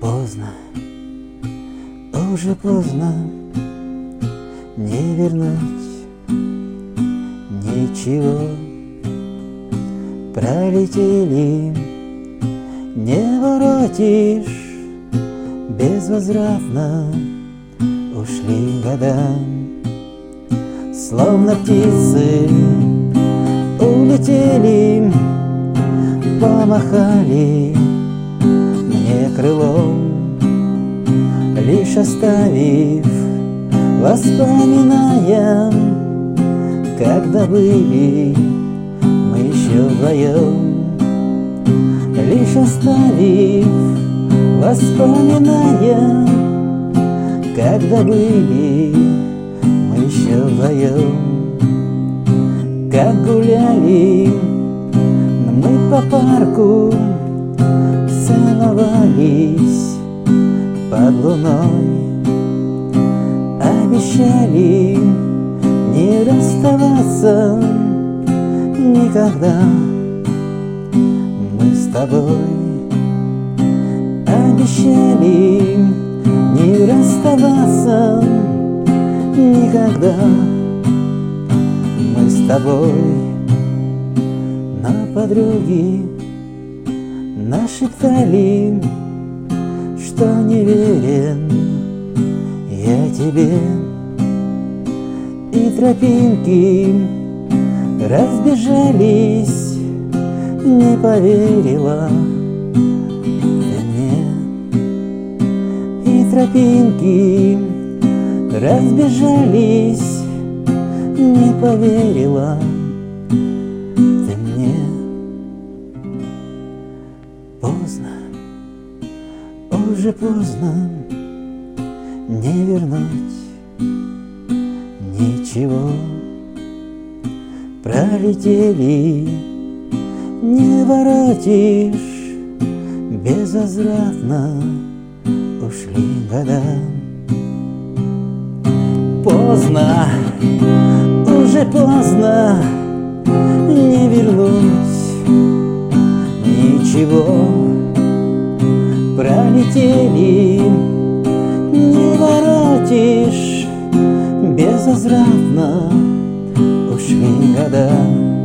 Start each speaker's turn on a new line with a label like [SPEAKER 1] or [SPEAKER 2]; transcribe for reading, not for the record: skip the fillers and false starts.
[SPEAKER 1] Поздно, уже поздно, не вернуть ничего. Пролетели, не воротишь, безвозвратно ушли года. Словно птицы улетели, помахали мне крылом, лишь оставив воспоминаниям, когда были мы еще вдвоем. Лишь оставив воспоминания, когда были мы еще вдвоем. Как гуляли мы по парку, целовались под луной, обещали не расставаться никогда. Мы с тобой обещали не расставаться никогда. Мы с тобой, но подруги нашептали, что не верен я тебе. И тропинки разбежались, не поверила ты мне. И тропинки разбежались, не поверила ты мне. Поздно, уже поздно, не вернуть ничего. Пролетели, не воротишь, безвозвратно ушли года. Поздно, уже поздно, не вернуть ничего. Пролетели, не воротишь, безвозвратно ушли года.